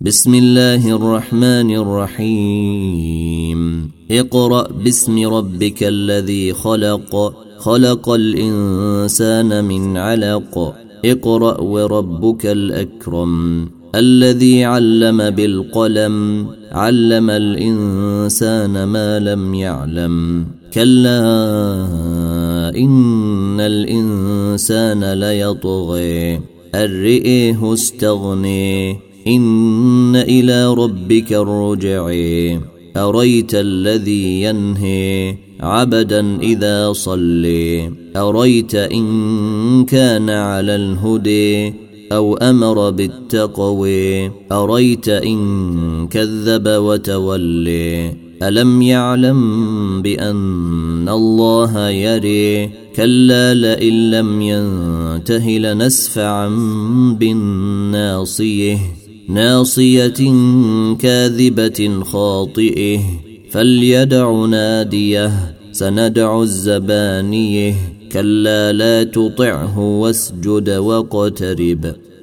بسم الله الرحمن الرحيم اقرأ باسم ربك الذي خلق خلق الإنسان من علق اقرأ وربك الأكرم الذي علم بالقلم علم الإنسان ما لم يعلم كلا إن الإنسان ليطغي أن رئيه استغني إن إلى ربك الرجع أريت الذي ينهي عبدا إذا صلي أريت إن كان على الهدي أو أمر بالتقوي أريت إن كذب وتولي ألم يعلم بأن الله يري كلا لئن لم ينته لنسفعا بالناصيه ناصية كاذبة خاطئه فليدع ناديه سندع الزبانيه كلا لا تطعه واسجد واقترب